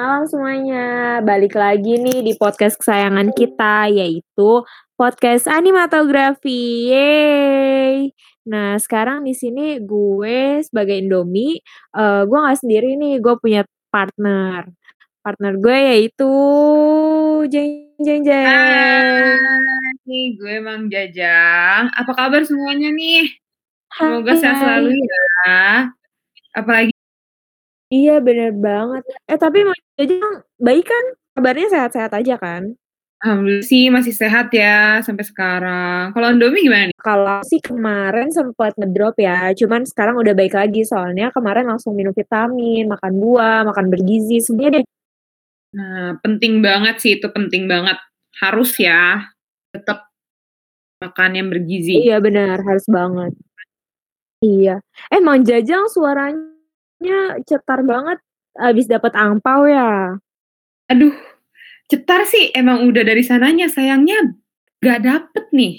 Malam semuanya, balik lagi nih di podcast kesayangan kita, yaitu podcast Animatografi. Yeay! Nah, sekarang di sini gue sebagai Indomie, gue nggak sendiri nih, gue punya partner. Partner gue yaitu jeng jeng jeng. Hai, gue Mang Jajang. Apa kabar semuanya nih? Semoga Hai sehat hai. selalu ya. Apalagi, Iya bener banget. Tapi mau jajang baik kan? Kabarnya sehat-sehat aja kan? alhamdulillah sih masih sehat ya sampai sekarang. Kalau Indomie gimana nih? Kalau sih kemarin sempat ngedrop ya, cuman sekarang udah baik lagi soalnya kemarin langsung minum vitamin, makan buah, makan bergizi, semuanya deh. Nah, penting banget sih itu penting banget. Harus ya tetap makan yang bergizi. Iya benar, harus banget. Iya. Mang Jajang suaranya cetar banget abis dapat angpau ya. Aduh, cetar sih emang udah dari sananya. Sayangnya gak dapet nih.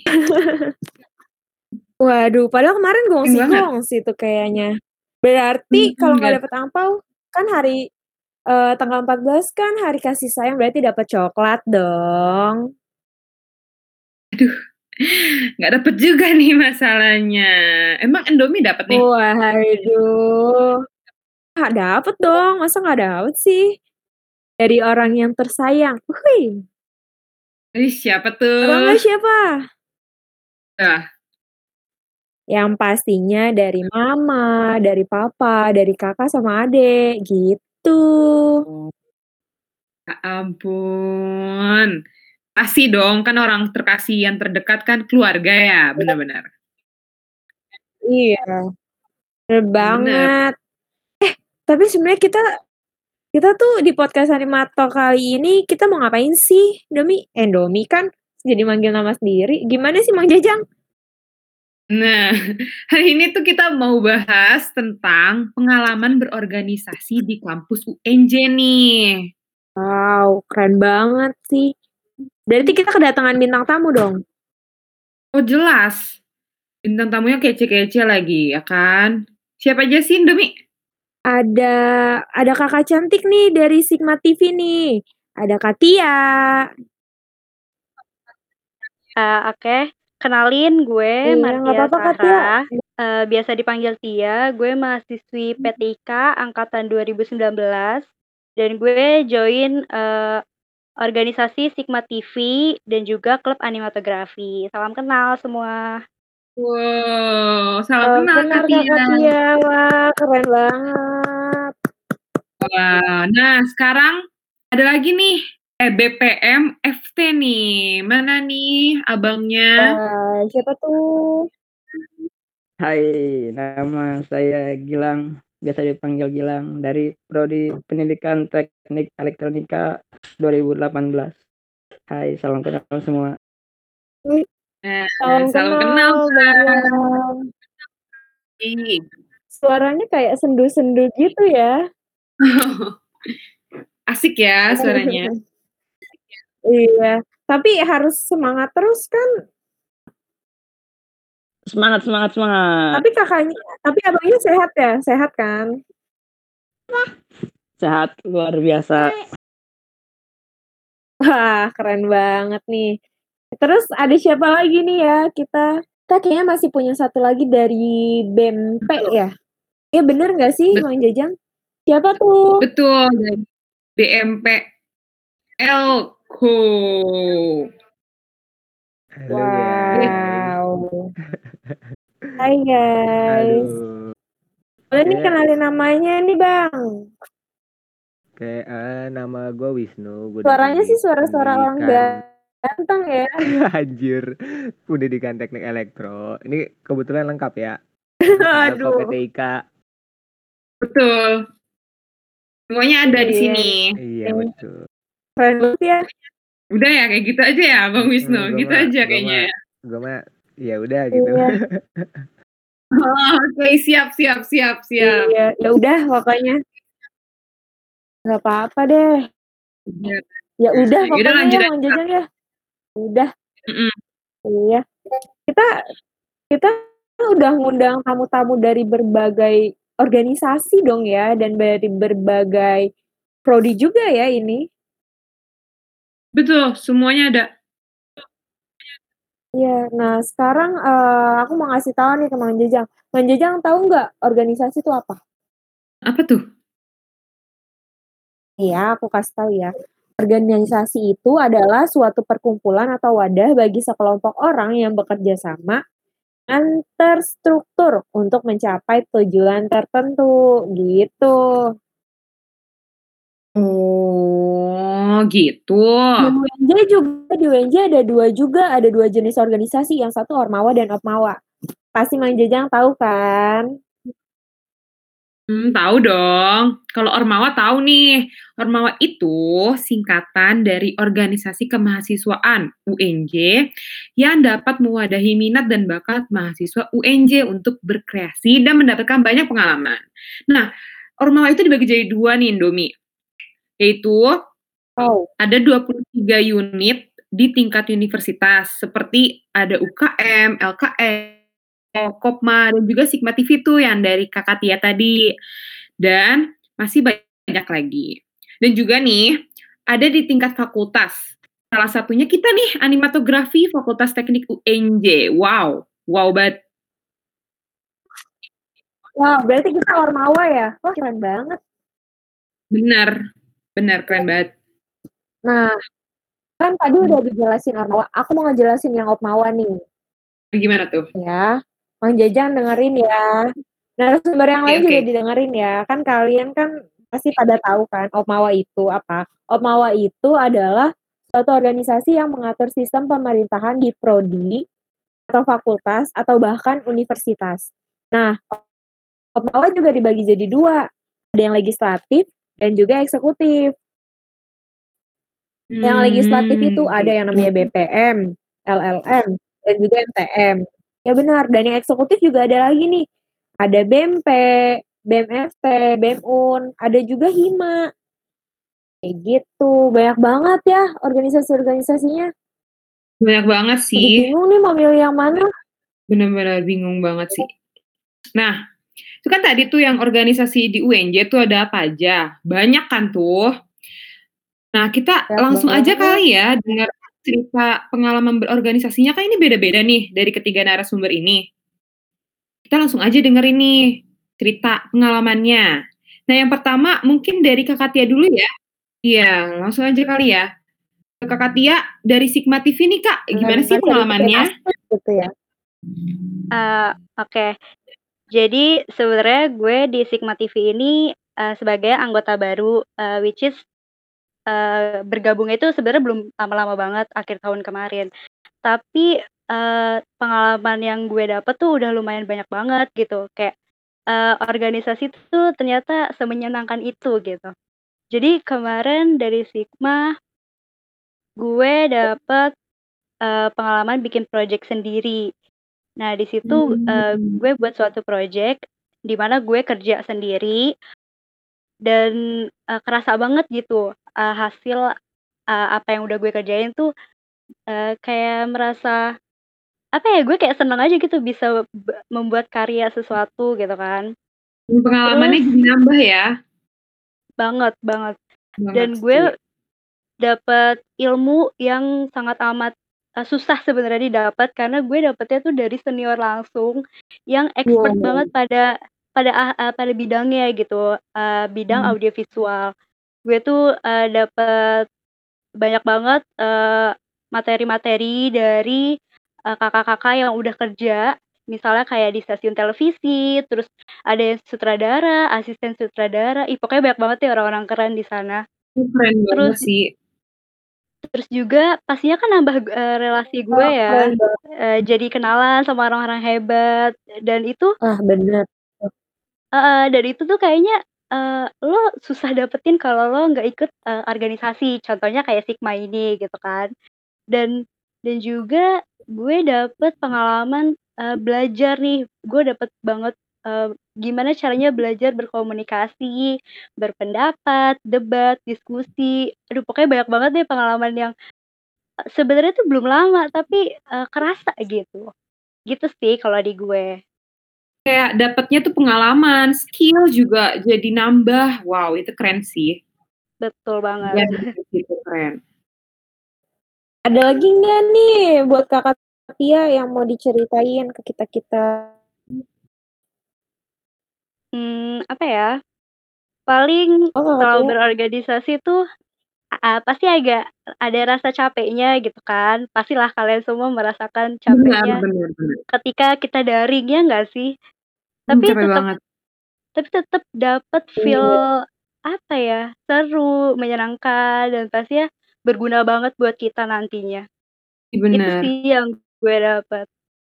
Waduh, padahal kemarin Penting banget. gongsi-gongsi tuh kayaknya. Berarti kalau Gak, nggak dapet angpau, kan hari tanggal 14 kan hari kasih sayang berarti dapat coklat dong. aduh, gak dapet juga nih masalahnya. Emang Indomie dapet nih? Waduh. Nggak dapet dong, masa nggak dapet sih? Dari orang yang tersayang. Wuih, Ih, siapa atau tuh? enggak siapa? Nah, Yang pastinya dari mama, dari papa, dari kakak sama adek, gitu. ya ampun. Pasti dong, kan orang terkasih yang terdekat kan keluarga ya, benar-benar. Iya, bener Bener. banget. Tapi sebenarnya kita kita tuh di podcast Animator kali ini kita mau ngapain sih? Domi kan jadi manggil nama sendiri. Gimana sih Mang Jajang? Nah, hari ini tuh kita mau bahas tentang pengalaman berorganisasi di kampus UNJ nih. Wow, keren banget sih. Berarti kita kedatangan bintang tamu dong. Oh jelas, bintang tamunya kece-kece lagi, ya kan? Siapa aja sih, Demi? Ada ada Kakak cantik nih dari Sigma TV nih. Ada Katia. Oke. Kenalin gue Iya, nggak Martia apa-apa Katia. Sarah, biasa dipanggil Tia, gue mahasiswi PTIK angkatan 2019 dan gue join, organisasi Sigma TV dan juga klub animatografi. Salam kenal semua. Wow, salam Salam kenal kenal Kak Kak Tia. Katia. Wah, keren banget. Wah, nah sekarang ada lagi nih, BPM FT nih. Mana nih abangnya? Wah, siapa tuh? Hai, nama saya Gilang, biasa dipanggil Gilang dari Prodi Pendidikan Teknik Elektronika 2018. Hai, salam kenal semua. Nah, Salam salam kenal, kenal Bang Gilang. Kak. Suaranya kayak sendu-sendu gitu ya. Asik ya suaranya. Iya, tapi harus semangat terus kan. Semangat, semangat, semangat. Tapi abangnya sehat ya? Sehat kan? Sehat luar biasa. Wah, keren banget nih. Terus ada siapa lagi nih ya kita kayaknya masih punya satu lagi dari BEMP ya? Iya bener nggak sih Bet- Mang Jajang? Siapa tuh? betul, dari BMP Elko. Halo guys. Wow. Hai guys. Aduh. Boleh nih Oke, kenalin namanya nih Bang. nama gue Wisnu, gue Suaranya dari sih suara-suara orang Pendidikan ganteng ya. anjir, Pendidikan Teknik Elektro. Ini kebetulan lengkap ya. Alfa Aduh. PTIK. Betul. Semuanya ada di Iya, sini. Iya, betul. keren banget ya. Udah ya kayak gitu aja ya Bang Wisnu. Gitu aja Gue kayaknya mah ya. gue mah ya udah gitu. Iya, Oh, oke, siap. iya. Ya udah pokoknya. Nggak apa-apa deh. Ya, Ya udah yaudah pokoknya ya lanjut Mang aja. Jajang ya. Udah. Mm-mm. Iya. Kita kita udah ngundang tamu-tamu dari berbagai organisasi dong ya dan dari berbagai prodi juga ya ini. Betul, semuanya ada. Iya, nah sekarang aku mau ngasih tahu nih ke Mang Jajang. Mang Jajang tahu nggak organisasi itu apa? Apa tuh? Iya, aku kasih tahu ya. Organisasi itu adalah suatu perkumpulan atau wadah bagi sekelompok orang yang bekerja sama dan terstruktur untuk mencapai tujuan tertentu, gitu. Oh, gitu. Di UNJ ada dua jenis organisasi, yang satu Ormawa dan Opmawa. Pasti Mang Jajang tahu kan? Tahu dong. Kalau Ormawa tahu nih. Ormawa itu singkatan dari Organisasi Kemahasiswaan UNJ yang dapat mewadahi minat dan bakat mahasiswa UNJ untuk berkreasi dan mendapatkan banyak pengalaman. Nah, Ormawa itu dibagi jadi dua nih, Indomie. Yaitu Oh, ada 23 unit di tingkat universitas, seperti ada UKM, LKM, Kopma, dan juga Sigma TV tuh yang dari Kakak Tia tadi. Dan masih banyak lagi. Dan juga nih, ada di tingkat fakultas. Salah satunya kita nih, animatografi Fakultas Teknik UNJ. Wow, wow banget. wah berarti kita Ormawa ya? Wah keren banget. Bener, bener, keren banget. Nah, kan tadi udah dijelasin Ormawa. Aku mau ngejelasin yang Opmawa nih. Gimana tuh? Ya, Mang Jajang dengerin ya. Narasumber yang lain juga Oke. didengerin ya. Kan kalian kan pasti pada tahu kan Opmawa itu apa? Opmawa itu adalah suatu organisasi yang mengatur sistem pemerintahan di prodi atau fakultas atau bahkan universitas. Nah, Opmawa juga dibagi jadi dua. Ada yang legislatif dan juga eksekutif. Yang legislatif itu ada yang namanya Gitu. BPM, LLM, dan juga MTM. Ya benar, dan yang eksekutif juga ada lagi nih. Ada BEMP, BEMFT, BEMUN, ada juga HIMA. Kayak gitu, banyak banget ya organisasi-organisasinya. Banyak banget Jadi sih. bingung nih mau milih yang mana. Bener-bener bingung banget sih. Nah, itu kan tadi tuh yang organisasi di UNJ tuh ada apa aja? Banyak kan tuh. Nah, kita Banyak langsung aja banget. kali ya dengar cerita pengalaman berorganisasinya, kan ini beda-beda nih dari ketiga narasumber ini. Kita langsung aja dengerin nih cerita pengalamannya. Nah, yang pertama mungkin dari Kakak Tia dulu ya. Iya, langsung aja kali ya. Kakak Tia dari Sigma TV nih Kak, gimana sih Nggak usah dipikirin pengalamannya? aspek gitu ya. Oke. Jadi sebenarnya gue di Sigma TV ini sebagai anggota baru, which is bergabungnya itu sebenarnya belum lama-lama banget, akhir tahun kemarin. Tapi pengalaman yang gue dapet tuh udah lumayan banyak banget gitu. Kayak organisasi tuh ternyata semenyenangkan itu gitu. Jadi kemarin dari Sigma gue dapet pengalaman bikin project sendiri. Nah di situ gue buat suatu project di mana gue kerja sendiri dan kerasa banget gitu hasil apa yang udah gue kerjain tuh kayak merasa apa ya, gue kayak seneng aja gitu bisa membuat karya sesuatu gitu kan. Pengalamannya Terus jadi nambah ya? banget banget, Banget dan sih. gue dapet ilmu yang sangat amat susah sebenarnya didapat karena gue dapetnya tuh dari senior langsung yang expert Wow. banget pada bidangnya gitu, bidang audiovisual. Gue tuh dapet banyak banget materi-materi dari kakak-kakak yang udah kerja, misalnya kayak di stasiun televisi, terus ada yang sutradara, asisten sutradara, pokoknya banyak banget ya orang-orang keren di sana. Keren Terus banget sih. terus juga pastinya kan nambah relasi gue Oh, ya, keren banget. jadi kenalan sama orang-orang hebat, dan itu Ah, bener. dan itu tuh kayaknya lo susah dapetin kalau lo nggak ikut organisasi, contohnya kayak Sigma ini gitu kan. Dan juga gue dapet pengalaman belajar nih, gue dapet banget gimana caranya belajar berkomunikasi, berpendapat, debat, diskusi, aduh pokoknya banyak banget deh pengalaman yang sebenarnya tuh belum lama tapi kerasa gitu. Gitu sih kalau di gue. Kayak dapatnya tuh pengalaman, skill juga jadi nambah. Wow, itu keren sih. Betul banget. Iya, gitu, keren. Ada lagi nggak nih buat Kakak Tia yang mau diceritain ke kita-kita? Apa ya, paling Oh, Kakak kalau Tia? berorganisasi tuh, pasti agak ada rasa capeknya gitu kan. Pastilah kalian semua merasakan Benar, capeknya benar. ketika kita daring, ya nggak sih? Tapi Capek tetap banget. dapat feel, Iya. apa ya, seru, menyenangkan, dan pastinya berguna banget buat kita nantinya. Itu Benar. sih yang gue dapat.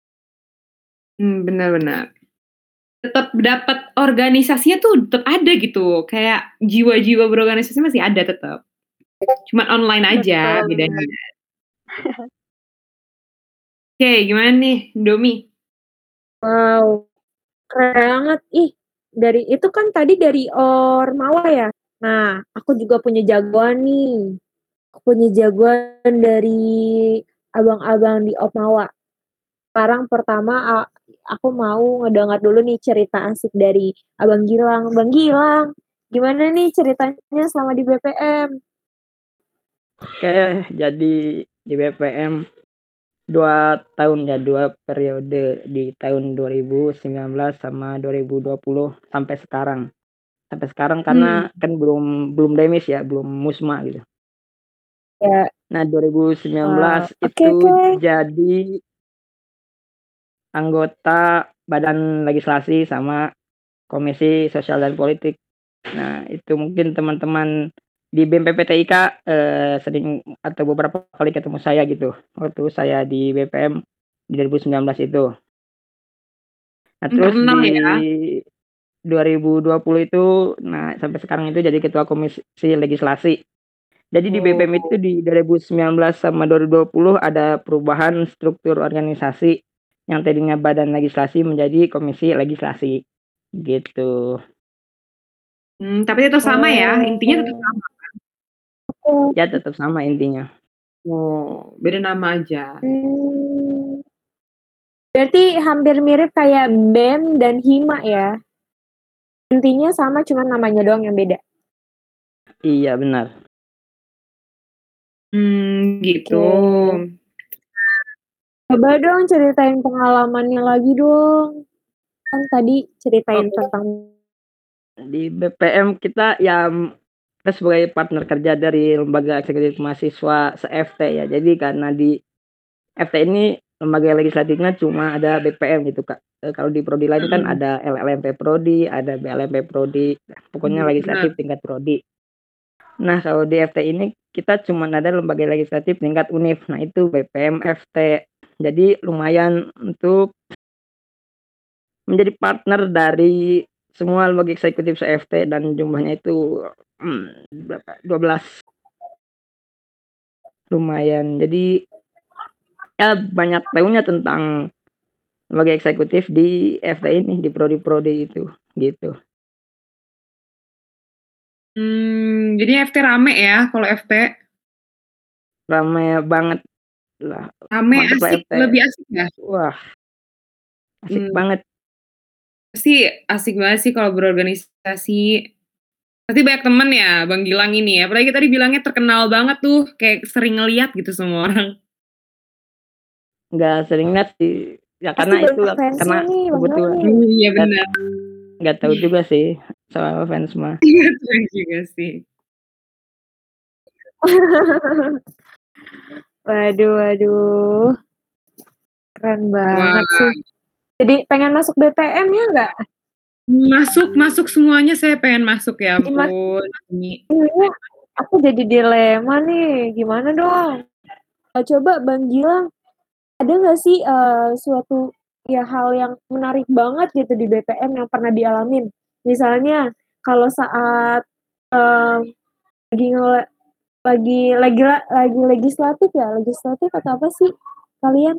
Benar. Tetap dapat organisasinya tuh tetap ada gitu, kayak jiwa-jiwa berorganisasi masih ada tetap. Cuman online aja Betul bedanya. banget. Oke, gimana nih, Indomie? Wow, keren banget. Ih, itu kan tadi dari Ormawa ya? Nah, aku juga punya jagoan nih. Aku punya jagoan dari abang-abang di Ormawa. Sekarang pertama aku mau ngedengar dulu nih cerita asik dari Abang Gilang. Bang Gilang, gimana nih ceritanya selama di BPM? Oke, jadi di BPM 2 tahun ya, 2 periode di tahun 2019 sama 2020 sampai sekarang. Sampai sekarang karena kan belum demis ya, belum musma gitu. Ya, Nah, 2019 oke. itu jadi anggota Badan Legislasi sama Komisi Sosial dan Politik. Nah, itu mungkin teman-teman di BMPPTIK sering atau beberapa kali ketemu saya gitu waktu saya di BPM di 2019 itu. Nah, terus Terkenal di ya. 2020 itu, nah sampai sekarang itu jadi ketua komisi legislasi. Jadi di BPM itu di 2019 sama 2020 ada perubahan struktur organisasi yang tadinya badan legislasi menjadi komisi legislasi gitu. Tapi tetap sama ya, intinya tetap sama. Ya tetap sama intinya. Oh, beda nama aja. Berarti hampir mirip kayak BEM dan HIMA ya? Intinya sama, cuma namanya doang yang beda. Iya benar. Gitu. Oke. Coba dong ceritain pengalamannya lagi dong. Kan tadi ceritain tentang Di BPM kita ya kita sebagai partner kerja dari lembaga eksekutif mahasiswa se-FT ya. Jadi karena di FT ini lembaga legislatifnya cuma ada BPM gitu Kak. Kalau di prodi lain kan ada LLMP prodi, ada BLMP prodi, pokoknya Benar. legislatif tingkat prodi. Nah, kalau di FT ini kita cuma ada lembaga legislatif tingkat univ. Nah, itu BPM FT. Jadi lumayan untuk menjadi partner dari semua lembaga eksekutif se-FT dan jumlahnya itu berapa? 12. Lumayan. Jadi ya banyak tahunya tentang lembaga eksekutif di FT ini, di prodi-prodi itu gitu. Jadi FT rame ya kalau FT? Rame banget lah. Rame, Mantep lah asik, FT. lebih asik ya? Wah, asik banget. Pasti asik banget sih kalau berorganisasi. Pasti banyak temen ya Bang Gilang ini ya. Apalagi tadi bilangnya terkenal banget tuh, kayak sering ngeliat gitu semua orang. Nggak sering lihat sih. Ya pasti karena itu banyak fansnya karena nih, Bang Gilang kebetulan nih. Iya benar. nggak tahu juga sih soal fans mah. Iya keren juga sih. Waduh. Keren banget Wah. sih. Jadi pengen masuk BPM ya nggak? Masuk semuanya, saya pengen masuk ya ampun. Iya, aku jadi dilema nih, gimana dong? Coba Bang Gilang, ada nggak sih suatu ya hal yang menarik banget gitu di BPM yang pernah dialamin? Misalnya kalau saat lagi lagi legislatif atau apa sih kalian?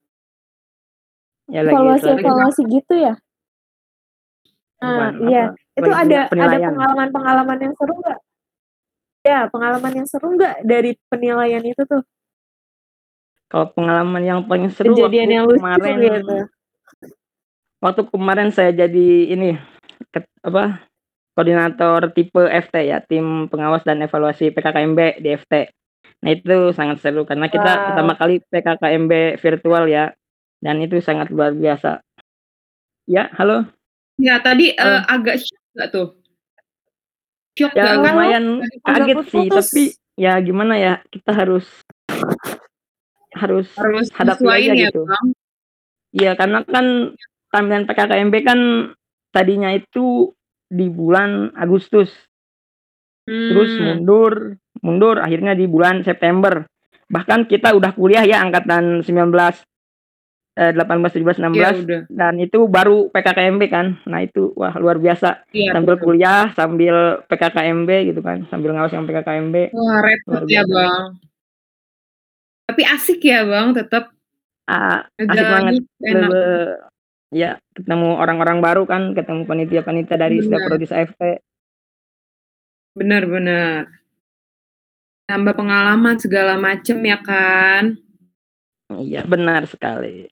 Ya lagi Evaluasi gitu ya? Nah, iya. Itu ada penilaian. pengalaman yang seru nggak? Ya, pengalaman yang seru nggak dari penilaian itu tuh? Kalau pengalaman yang paling seru Kejadian yang lucu gitu. waktu kemarin saya jadi ini koordinator tipe FT ya, tim pengawas dan evaluasi PKKMB di FT. Nah itu sangat seru karena kita pertama kali PKKMB virtual ya, dan itu sangat luar biasa. Ya, halo? Ya, tadi Halo. agak shock nggak tuh? Shock Ya nggak kan? lumayan Agak kaget sih, putus. tapi ya gimana ya, kita harus Harus hadapi aja sesuaiin ya, gitu. Bang. Iya, karena kan timeline PKKMB kan tadinya itu di bulan Agustus, terus mundur akhirnya di bulan September. Bahkan kita udah kuliah ya angkatan 19, 18, 17, 16 Ya udah. dan itu baru PKKMB kan. Nah itu wah luar biasa. Iya, Sambil betul. kuliah, sambil PKKMB gitu kan, sambil ngawas yang PKKMB. Wah, repot Luar ya, biasa. Bang. Tapi asik ya, Bang, tetap. Asik banget. Enak. Ya, ketemu orang-orang baru kan, ketemu panitia-panitia dari setiap Benar. prodi AFT. Benar. Tambah pengalaman segala macem ya kan? Iya, benar sekali.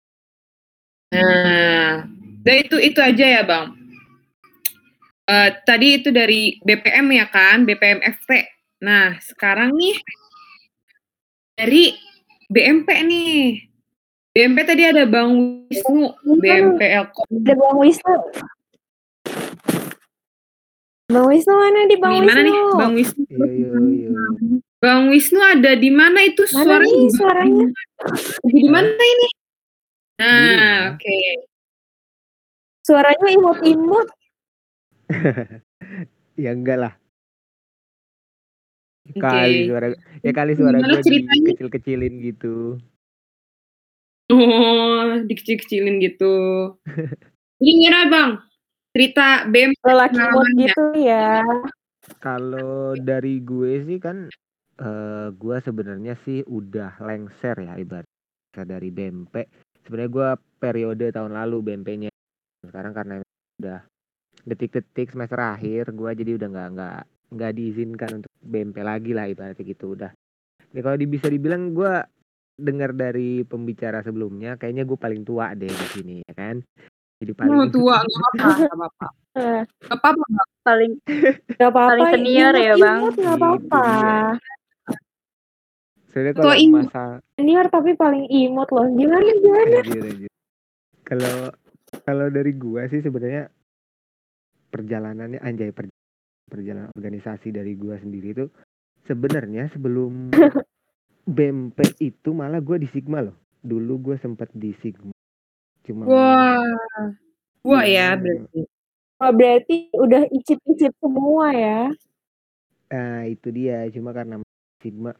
Nah, dan itu aja ya, Bang. Tadi itu dari BPM ya kan, BPM FT. Nah, sekarang nih dari BMP nih. BMP tadi ada Bang Wisnu, BMP Elkom. Ada Bang Wisnu. Bang Wisnu mana di Bang Nih, Wisnu? mana nih Bang Wisnu? Iya. Bang Wisnu ada di mana itu Mana nih suaranya? Di mana ini? Nah, oke. Suaranya imut-imut. Ya enggak lah. Oke. Kali suara Gimana gue ceritanya? dikecil-kecilin gitu. Oh, dikecil-kecilin gitu. Ini gimana Bang? Cerita BMP Lelaki imut pengalamannya. gitu ya. Kalau dari gue sih kan, gue sebenarnya sih udah lengser ya ibaratnya dari BMP. Sebenarnya gue periode tahun lalu BMP-nya. Sekarang karena udah detik-detik semester akhir, gue jadi udah nggak diizinkan untuk BMP lagi lah ibaratnya gitu udah. Ya, kalau bisa dibilang gue dengar dari pembicara sebelumnya, kayaknya gue paling tua deh di sini ya kan. Jadi paling tua, nggak apa-apa. Nggak apa-apa. Paling Gak apa-apa. paling senior ya, Bang. Imut gak apa-apa. Soalnya kalau masa Senior tapi paling imut loh. Gimana? Anjir. Kalau dari gua sih sebenarnya perjalanannya perjalanan organisasi dari gua sendiri itu sebenarnya sebelum BMP itu malah gua di Sigma loh. Dulu gua sempat di Sigma. Cuma Wah ya berarti. Oh, berarti udah icip-icip semua ya. Nah, itu dia. Cuma karena Sigma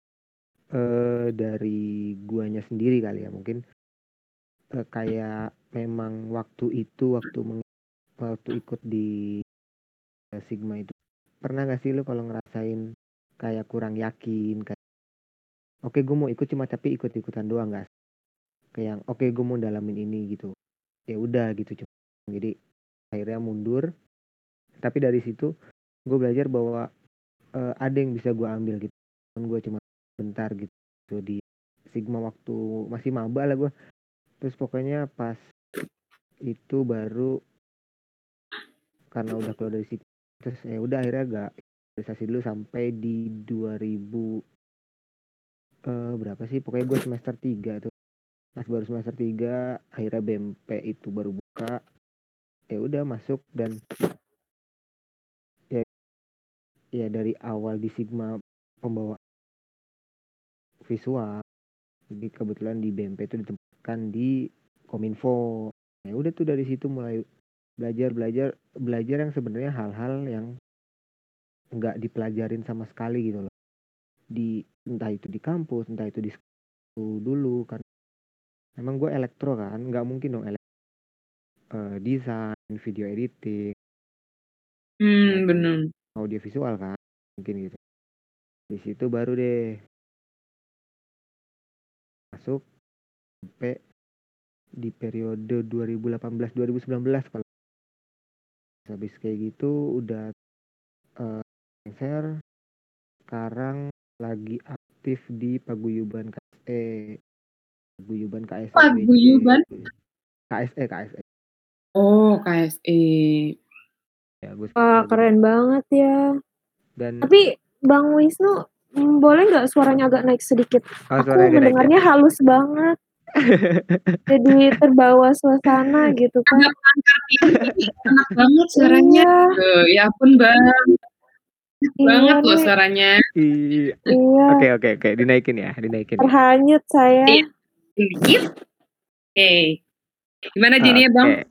dari guanya sendiri kali ya mungkin kayak memang waktu ikut di Sigma itu pernah gak sih lo kalau ngerasain kayak kurang yakin kayak oke gue mau ikut cuma tapi ikut-ikutan doang gak kayak yang oke gue mau dalamin ini gitu ya udah gitu cuma jadi akhirnya mundur tapi dari situ gue belajar bahwa ada yang bisa gue ambil gitu kan gue cuma bentar gitu di Sigma waktu masih maba lah gue terus pokoknya pas itu baru karena udah keluar dari Sigma terus ya udah akhirnya gak organisasi dulu sampai di 2000 berapa sih pokoknya gue semester 3 tuh pas baru semester 3 akhirnya BMP itu baru buka ya udah masuk dan ya dari awal di Sigma pembawa visual jadi kebetulan di BMP itu ditempatkan di Kominfo ya udah tuh dari situ mulai belajar yang sebenarnya hal-hal yang nggak dipelajarin sama sekali gitu loh entah itu di kampus entah itu di sekolah dulu kan memang gue elektro kan nggak mungkin dong desain video editing Benar. audio visual kan mungkin gitu di situ baru deh masuk sampai di periode 2018-2019 kalau habis kayak gitu udah share sekarang lagi aktif di Paguyuban KSE Paguyuban KSE oh KSE Ya, gue suka Wah, lagu keren banget ya. dan Tapi Bang Wisnu, boleh nggak suaranya agak naik sedikit? oh, Aku suaranya agak naik ya. mendengarnya halus banget. Jadi terbawa suasana gitu Ada kan. pengantar ini enak banget suaranya. Iya, Ya ampun Bang, iya banget loh nih. suaranya. Iya. Iya, Oke, dinaikin ya. terhanyut saya. Iya, sedikit. Oke. Gimana jadinya Bang? Oke.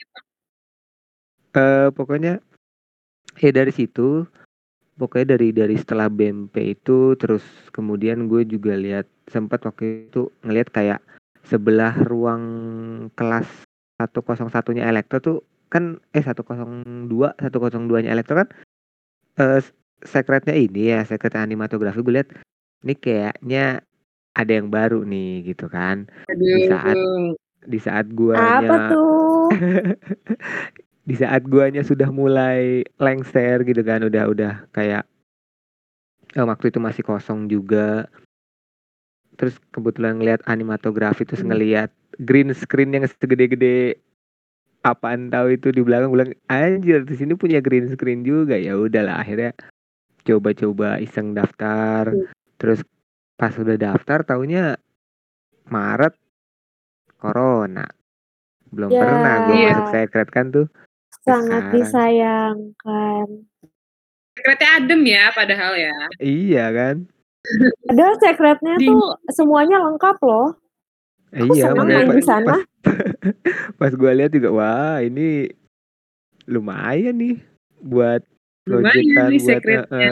Pokoknya dari situ, pokoknya dari setelah BMP itu terus kemudian gue juga lihat sempat waktu itu ngelihat kayak sebelah ruang kelas 101-nya Elektro tuh kan 102-nya Elektro kan sekretnya ini ya, sekretnya animatografi. Gue lihat ini kayaknya ada yang baru nih gitu kan. Di saat Aduh. Apa guanya tuh? di saat guanya sudah mulai lengser gitu kan, udah kayak waktu itu masih kosong juga. Terus kebetulan ngeliat animatografi terus ngeliat green screen yang segede-gede apaan tahu itu di belakang, bilang anjir di sini punya green screen juga. Ya udahlah akhirnya coba-coba iseng daftar. Terus pas udah daftar taunya Maret corona. Belum pernah gue Ya, masuk sekret kan tuh. sangat Sekarang disayangkan. Sekretnya adem ya padahal ya. iya kan. Padahal sekretnya tuh semuanya lengkap loh. Aku Iya senang makanya main di sana. pas gue lihat juga wah ini lumayan nih buat Lumayan proyekan nih buat sekretnya.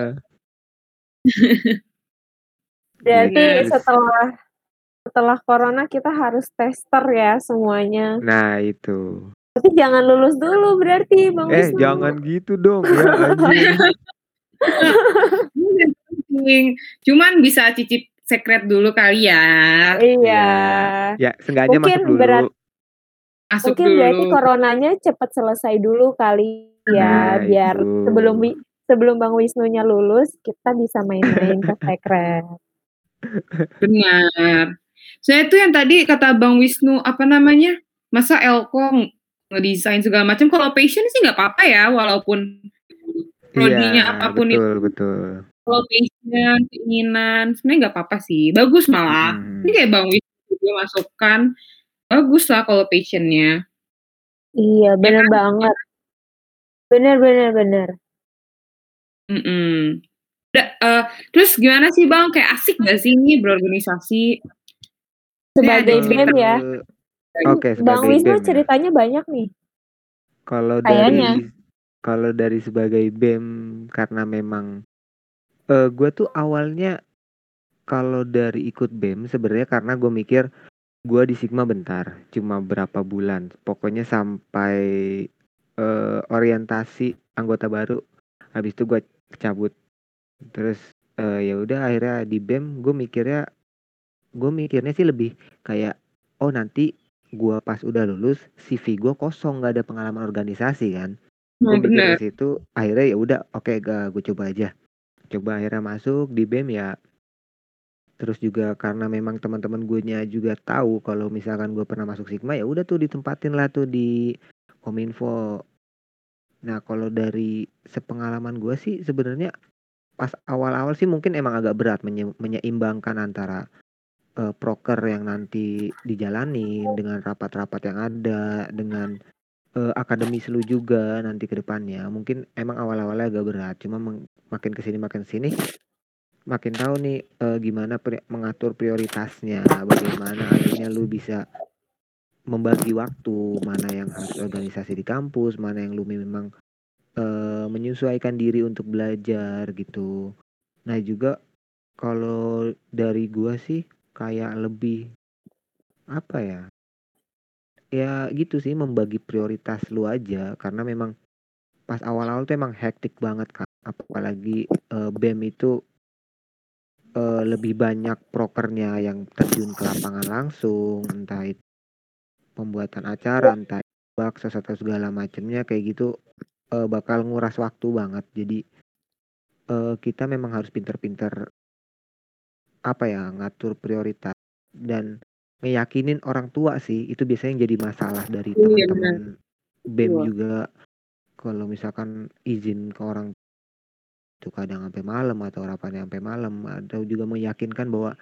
Berarti gitu. setelah corona kita harus tester ya semuanya. Nah itu. Tapi jangan lulus dulu berarti Bang Wisnu. Jangan gitu dong ya anjir. Cuman bisa cicip sekret dulu kali ya. Iya. Ya sengaja Mungkin masuk dulu. Mungkin berarti coronanya cepat selesai dulu kali ya, Nah, biar itu. sebelum Bang Wisnunya lulus kita bisa main-main ke sekret. Benar. Saya tuh yang tadi kata Bang Wisnu apa namanya? Masa Elko ngedesain segala macam, kalau passion sih nggak apa-apa ya, walaupun prodinya apapun itu. Betul. Kalau passion, keinginan, sebenarnya nggak apa-apa sih. Bagus malah. Ini kayak Bang Wisnu juga masukkan. Bagus lah kalau passionnya. Iya, benar banget. Benar. Terus gimana sih Bang? Kayak asik gak sih ini berorganisasi? Sebagai BEM ya. Oke, Bang sebagai Wisnu BEM ya. ceritanya banyak nih. Kalau dari sebagai BEM karena memang gue tuh awalnya kalau dari ikut BEM sebenarnya karena gue mikir gue di Sigma bentar, cuma berapa bulan. Pokoknya sampai orientasi anggota baru. Habis itu gue cabut. Terus ya udah akhirnya di BEM gue mikirnya sih lebih kayak oh nanti gue pas udah lulus CV gue kosong nggak ada pengalaman organisasi kan. Gue mikir ke situ akhirnya ya udah oke, gue coba aja. Coba akhirnya masuk di BEM ya. Terus juga karena memang teman-teman gue nya juga tahu kalau misalkan gue pernah masuk Sigma ya udah tuh ditempatin lah tuh di Kominfo. Nah kalau dari sepengalaman gue sih sebenarnya pas awal-awal sih mungkin emang agak berat menyeimbangkan antara proker yang nanti dijalanin dengan rapat-rapat yang ada dengan akademis lu juga nanti ke depannya. Mungkin emang awal-awalnya agak berat, cuma makin kesini makin tahu nih gimana mengatur prioritasnya, bagaimana akhirnya lu bisa membagi waktu, mana yang harus organisasi di kampus, mana yang lu memang menyesuaikan diri untuk belajar gitu. Nah juga kalau dari gua sih kayak lebih apa ya? Ya gitu sih membagi prioritas lu aja karena memang pas awal-awal tuh emang hektik banget kan. Apalagi BEM itu lebih banyak prokernya yang terjun ke lapangan langsung, entah itu pembuatan acara, entah baksos atau segala macamnya kayak gitu bakal nguras waktu banget. Jadi kita memang harus pinter-pinter apa ya ngatur prioritas dan meyakinin orang tua sih itu biasanya yang jadi masalah dari teman-teman BEM juga. kalau misalkan izin ke orang itu kadang sampai malam atau rapatnya sampai malam, atau juga meyakinkan bahwa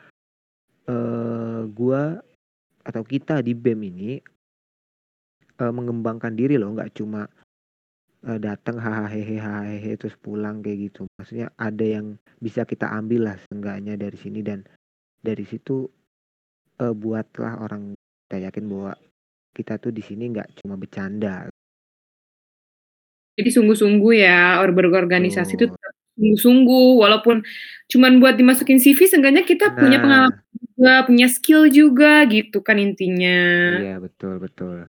gua atau kita di BEM ini mengembangkan diri loh, nggak cuma datang hahaha terus pulang kayak gitu. Maksudnya ada yang bisa kita ambil lah seenggaknya dari sini, dan dari situ buatlah orang kita yakin bahwa kita tuh di sini nggak cuma bercanda. Jadi sungguh-sungguh ya, berorganisasi itu Tuh. tetap sungguh-sungguh, walaupun cuman buat dimasukin CV, seenggaknya kita punya pengalaman Nah, juga, punya skill juga gitu kan intinya. iya betul.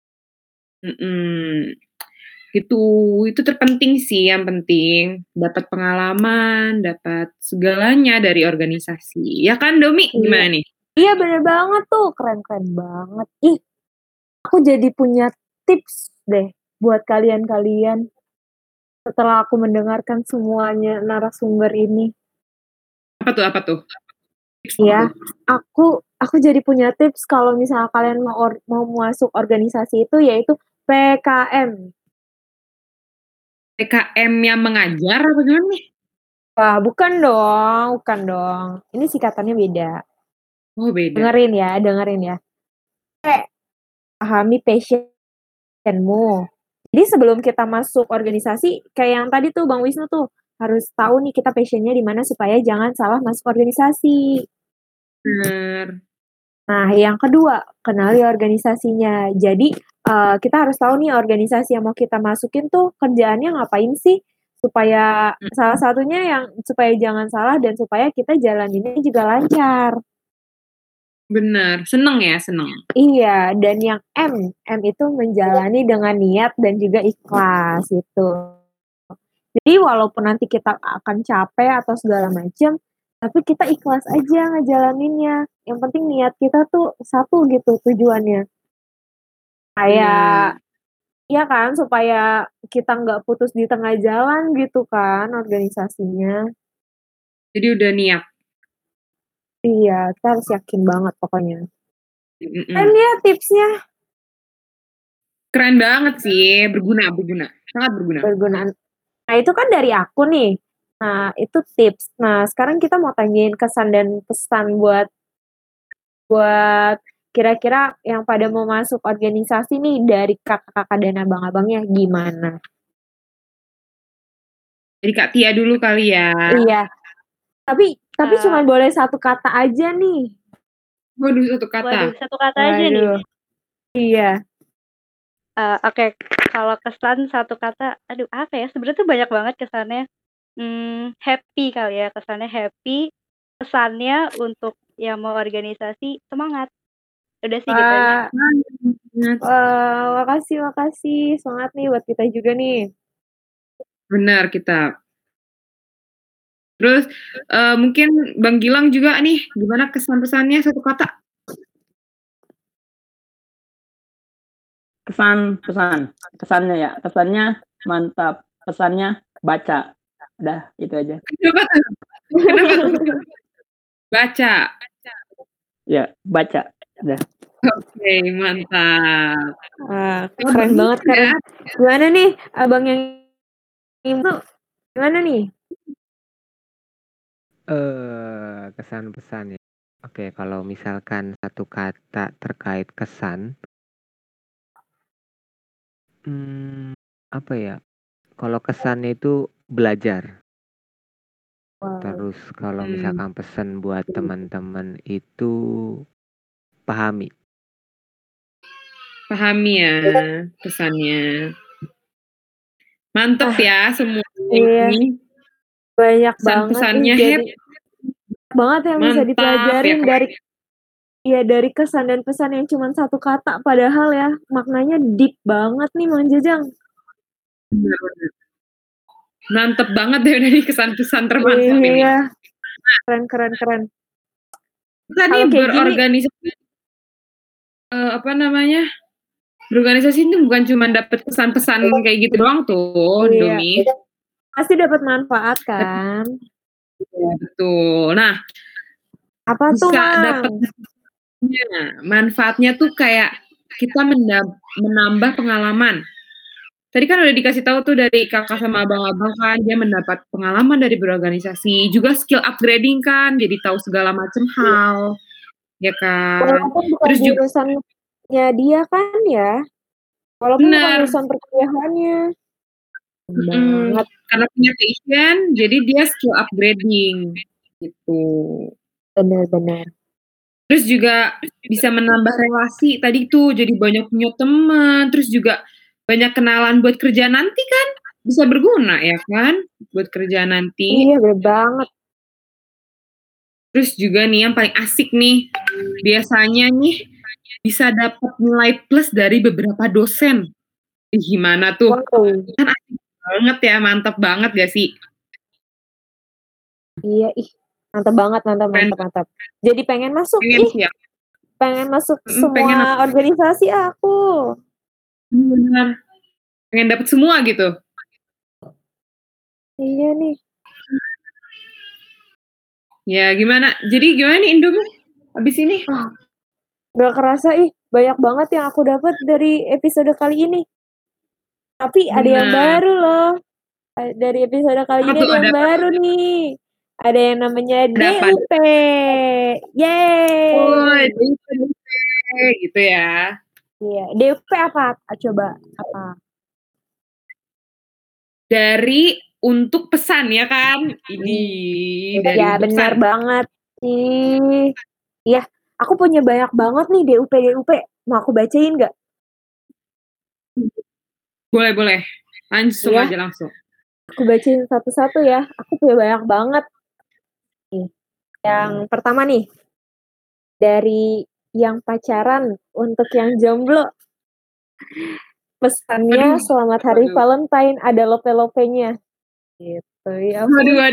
Gitu, itu terpenting sih, yang penting dapat pengalaman, dapat segalanya dari organisasi. Ya kan Domi, Iya. gimana nih? Iya bener banget tuh, keren-keren banget. Ih, aku jadi punya tips deh buat kalian-kalian setelah aku mendengarkan semuanya narasumber ini. Apa tuh? Tips apa Ya, tuh? aku jadi punya tips kalau misalnya kalian mau masuk organisasi itu, yaitu PKM. PKM yang mengajar apa gimana nih? Wah, bukan dong. Ini singkatannya beda. Oh beda. Dengerin ya. Pahami passion-mu. Jadi sebelum kita masuk organisasi, kayak yang tadi tuh Bang Wisnu tuh, harus tahu nih kita passion-nya di mana supaya jangan salah masuk organisasi. Bener. Nah, yang kedua, kenali organisasinya. Jadi, kita harus tahu nih organisasi yang mau kita masukin tuh kerjaannya ngapain sih, supaya salah satunya supaya jangan salah dan supaya kita jalaninnya juga lancar. Bener, seneng. Iya, dan yang M itu menjalani dengan niat dan juga ikhlas, gitu. Jadi walaupun nanti kita akan capek atau segala macam, tapi kita ikhlas aja ngejalaninnya. Yang penting niat kita tuh satu gitu tujuannya. Kayak, Bener. iya kan, supaya kita nggak putus di tengah jalan gitu kan organisasinya. Jadi udah niat. Iya, kita harus yakin banget pokoknya. Keren Mm-mm. ya tipsnya. Keren banget sih, berguna, sangat berguna. Bergunaan. Nah, itu kan dari aku nih. Nah, itu tips. Nah, sekarang kita mau tanyain kesan dan pesan buat kira-kira yang pada mau masuk organisasi nih dari kakak-kakak dan abang-abangnya gimana? Jadi Kak Tia dulu kali ya. Iya, tapi Eh, cuma boleh satu kata aja nih. Waduh, satu kata. Waduh, satu kata aja nih. Waduh. Iya. Oke, kalau kesan satu kata, aduh apa ya? Sebenarnya tuh banyak banget kesannya. Happy kali ya, kesannya happy. Kesannya untuk yang mau organisasi semangat. Udah sih gitu aja. Wah, makasih. Semangat nih buat kita juga nih. Benar kita. Terus mungkin Bang Gilang juga nih, gimana kesan-pesannya satu kata? Kesannya ya, kesannya mantap, pesannya baca. Udah, itu aja. Kenapa tuh? Baca. Ya, baca. Udah. Oke, mantap. Keren banget, keren. Gimana nih abang yang itu gimana nih? Kesan pesan ya. Oke, kalau misalkan satu kata terkait kesan, apa ya? Kalau kesannya itu belajar. Terus kalau misalkan pesan buat teman-teman itu pahami. Pahami ya pesannya. Mantep ya semua Iya. ini. Banyak Pesan-pesannya banget banget yang bisa mantap dipelajarin ya, dari kesan dan pesan yang cuma satu kata, padahal ya maknanya deep banget nih Mang Jajang. bener. Mantep banget ya dari kesan-pesan termantap ini. Iya. Keren. Kita nih Kalau kayak gini, berorganisasi berorganisasi ini bukan cuma dapet pesan-pesan kayak gitu doang tuh, iya, Domi. pasti dapat manfaat kan? Iya, betul. Nah, Apa tuh, bisa Mang? dapet manfaatnya tuh kayak kita menambah pengalaman. Tadi kan udah dikasih tahu tuh dari kakak sama abang-abang kan, dia mendapat pengalaman dari berorganisasi, juga skill upgrading kan, jadi tahu segala macam hal, ya kan. Walaupun bukan Terus juga jurusannya dia kan ya, walaupun bukan benar, jurusan perkuliahannya. Banget. karena punya passion, jadi dia skill upgrading, gitu. Benar. Terus juga bisa menambah relasi tadi tuh, jadi banyak punya teman, terus juga banyak kenalan buat kerja nanti kan, bisa berguna ya kan, buat kerja nanti. Iya, bener banget. Terus juga nih yang paling asik nih, biasanya nih bisa dapat nilai plus dari beberapa dosen. Gimana tuh? Wow. Kan asik banget ya, mantap banget gak sih? Iya, mantap banget, mantap. Jadi pengen masuk, Pengen sih ya. pengen masuk Pengen semua organisasi aku. bener. Pengen dapet semua gitu. Iya nih. Ya gimana? Jadi gimana nih Indomie abis ini? Gak kerasa banyak banget yang aku dapat dari episode kali ini. Tapi ada yang baru loh. Dari episode kali ini ada yang baru nih. Ada yang namanya DUP. Yeay. Oh, DUP gitu ya. Iya, DUP apa? Coba apa? Dari untuk pesan ya kan? Ini dari ya benar banget sih. Iya, aku punya banyak banget nih DUP. Mau aku bacain nggak? Boleh. Langsung aja langsung. Aku bacain satu-satu ya. Aku punya banyak banget. Nih. Yang pertama nih. Dari yang pacaran untuk yang jomblo. Pesannya selamat hari Valentine, ada lope-lopenya. Gitu ya.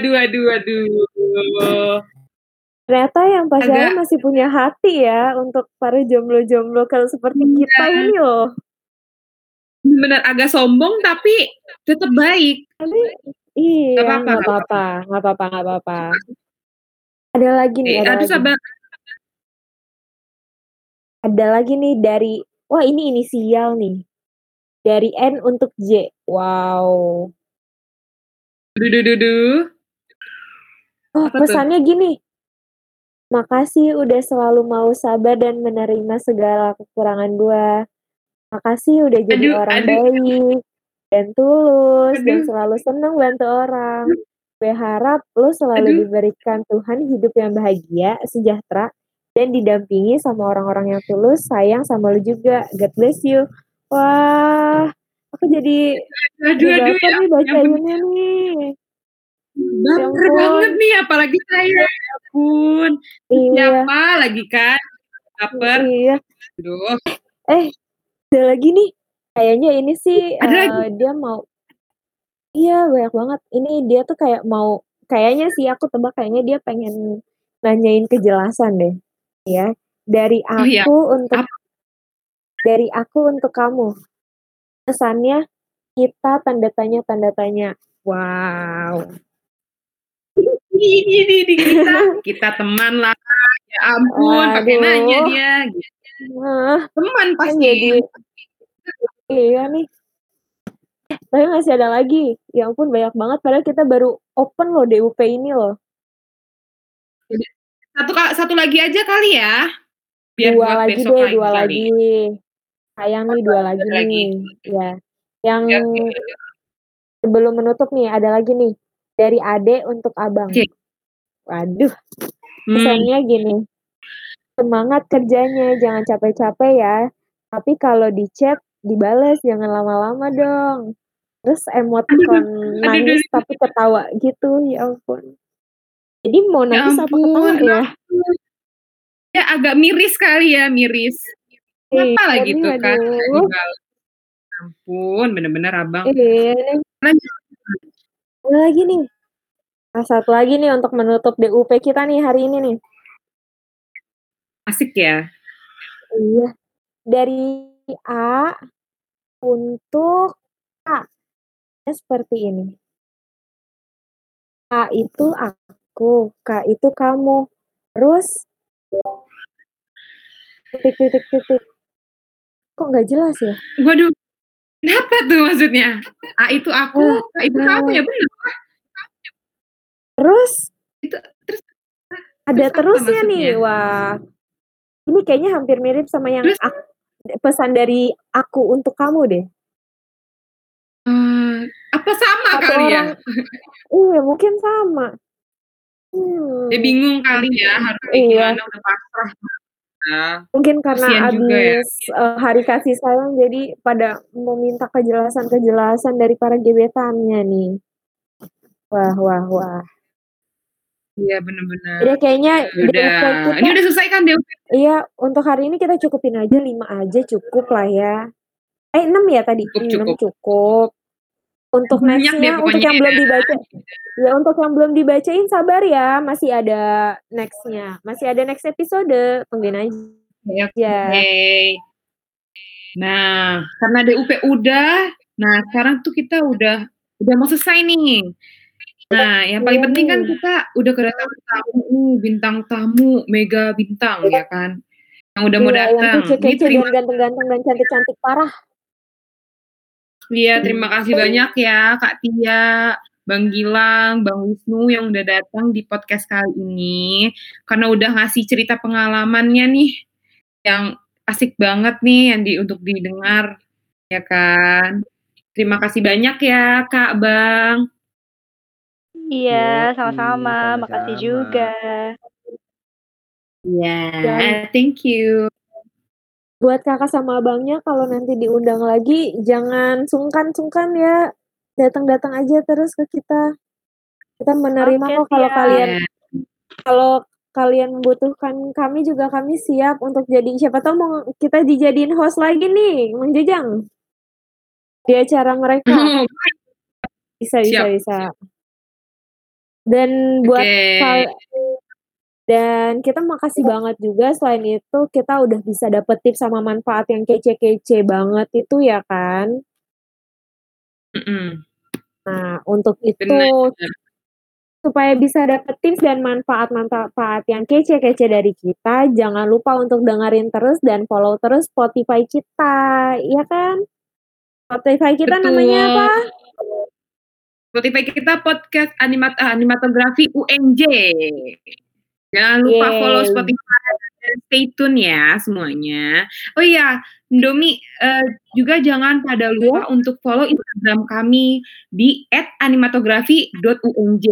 Waduh. Ternyata yang pacaran masih punya hati ya untuk para jomblo-jomblo kalau seperti kita ini loh. Benar agak sombong tapi tetap baik. Iya, nggak apa-apa. Ada lagi nih, sabar. Ada lagi nih dari, wah ini inisial nih. Dari N untuk J. Wow. Oh, pesannya gini. Makasih udah selalu mau sabar dan menerima segala kekurangan gue. Makasih udah jadi orang baik dan tulus dan selalu senang bantu orang. Gue harap lo selalu diberikan Tuhan hidup yang bahagia, sejahtera, dan didampingi sama orang-orang yang tulus, sayang sama lo juga. God bless you. Wah, aku jadi baper nih bacainnya nih. Baper banget nih, apalagi saya. Ya ampun. Siapa lagi kan? Baper. Iya. Aduh. Ada lagi nih. Kayaknya ini sih dia mau. Iya, banyak banget. Ini dia tuh kayak mau, kayaknya sih aku tebak kayaknya dia pengen nanyain kejelasan deh. Ya. Dari aku untuk kamu. Pesannya kita tanda tanya. Wow. Ini kita teman lah. Ya ampun, pakai nanya dia. Teman pasti. Iya nih. Tapi masih ada lagi. Ya ampun, banyak banget. Padahal kita baru open loh DUP ini loh. Satu lagi aja kali ya. Biar dua lagi besok deh, dua lagi. Sayang nih, dua lagi nih. Ya. Yang sebelum menutup nih, ada lagi nih. Dari Ade untuk Abang. Waduh. Pesannya gini. Semangat kerjanya, jangan capek-capek ya. Tapi kalau di chat, dibales, jangan lama-lama dong. Terus emoticon nangis tapi ketawa gitu, ya ampun. Jadi mau nangis apa ketawa ya? Ya agak miris kali ya, miris. Kenapa lah gitu kan? Ampun, bener-bener abang. Ada lagi nih. Satu lagi nih untuk menutup DUP kita nih hari ini nih. Asik ya? Iya. Dari A untuk A. Seperti ini. A itu aku, K itu kamu. Terus titik. Kok nggak jelas ya? Waduh. Kenapa tuh maksudnya? A itu aku, K itu kamu ya bener. Terus Itu terus ada apa terusnya nih. maksudnya? Wah, ini kayaknya hampir mirip sama yang Terus pesan dari aku untuk kamu deh. apa sama Satu kali ya? orang, iya mungkin sama. Ya bingung kali ya harus kayak Iya, gimana udah pasrah. Nah, mungkin karena kasihan juga ya. abis hari kasih sayang jadi pada meminta kejelasan dari para gebetannya nih. Wah. Iya bener-bener. Jadi kayaknya Udah, DUP kita, ini udah selesai kan DUP? iya untuk hari ini kita cukupin aja 5 aja cukup lah ya. 6 ya tadi? 6 Cukup. cukup. Untuk Banyak deh next-nya, untuk pokoknya yang belum dibaca, ya untuk yang belum dibacain sabar ya, masih ada next-nya, masih ada next episode, tungguin aja. Oke. Nah, karena DUP udah, nah sekarang tuh kita udah mau selesai nih. Nah, yang paling penting kan kita udah kedatangan tamu nih, bintang tamu, mega bintang ya kan, yang udah mau Iya, yang datang. Ini kece-kece dan ganteng-ganteng dan cantik-cantik parah. Iya, terima kasih banyak ya Kak Tia, Bang Gilang, Bang Wisnu yang udah datang di podcast kali ini. Karena udah ngasih cerita pengalamannya nih, yang asik banget nih yang untuk didengar, ya kan. Terima kasih banyak ya Kak, Bang. Iya, Yoi, sama-sama. Makasih juga. Ya, thank you. Buat kakak sama abangnya kalau nanti diundang lagi jangan sungkan-sungkan ya, datang-datang aja terus ke kita. Kita menerima Oke, kok kalau siap. kalian membutuhkan kami juga kami siap untuk jadi, siapa tahu mau kita dijadiin host lagi nih, Mang Jajang. Di acara mereka. Bisa. Dan buat dan kita makasih banget juga selain itu kita udah bisa dapet tips sama manfaat yang kece-kece banget itu ya kan. Nah untuk itu supaya bisa dapet tips dan manfaat yang kece-kece dari kita, jangan lupa untuk dengerin terus dan follow terus Spotify kita, ya kan? Spotify kita namanya apa? Spotify kita podcast animatografi UNJ. Jangan lupa follow Spotify dan stay tune ya semuanya. Oh iya, Indomie juga jangan pada lupa untuk follow Instagram kami di @animatografi.unj.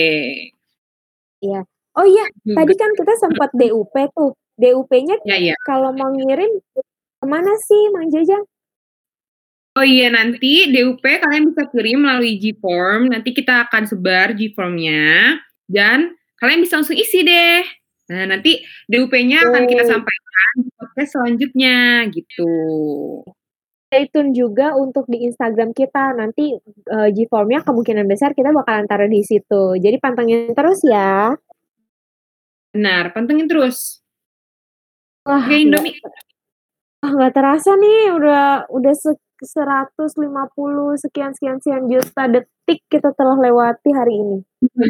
Iya. Oh iya, tadi kan kita sempat DUP tuh. DUP-nya kalau mau ngirim kemana sih, Mang Jajang? Oh iya, nanti DUP kalian bisa kirim melalui Gform. Nanti kita akan sebar Gform-nya dan kalian bisa langsung isi deh. Nah, nanti DUP-nya akan kita sampaikan di podcast selanjutnya gitu. Stay tune juga untuk di Instagram kita. Nanti Gform-nya kemungkinan besar kita bakalan taruh di situ. Jadi pantengin terus ya. Benar, pantengin terus. Wah, Indomie. Nggak terasa nih udah 150 sekian juta detik kita telah lewati hari ini.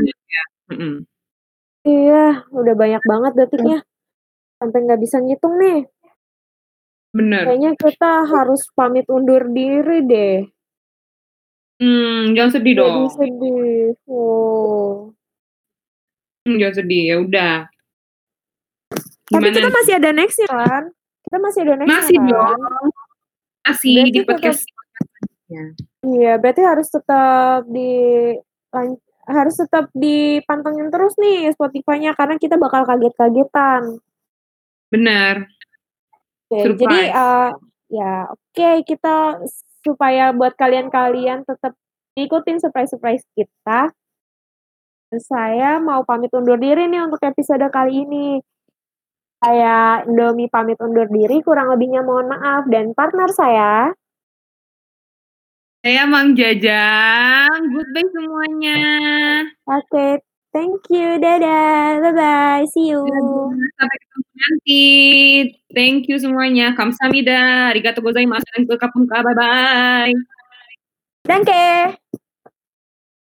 Iya, udah banyak banget detiknya. Sampai nggak bisa ngitung nih. Bener. Kayaknya kita harus pamit undur diri deh. Jangan sedih dong. Jadi sedih. Jangan sedih, ya udah. Tapi kita masih ada next-nya kan? Kita masih ada next-nya masih kan? Dong. Masih berarti di podcast. Iya, berarti harus tetap dipantengin terus nih Spotify-nya karena kita bakal kaget-kagetan. Benar. Jadi kita supaya buat kalian tetap ikutin surprise kita. Saya mau pamit undur diri nih untuk episode kali ini. Saya Indomie pamit undur diri, kurang lebihnya mohon maaf. Dan partner saya Mang Jajang. Goodbye semuanya. Oke, thank you. Dadah. Bye-bye. See you. Sampai ketemu nanti. Thank you semuanya. Kamsahamnida. Arigatou gozaimasu. Bye-bye. Danke.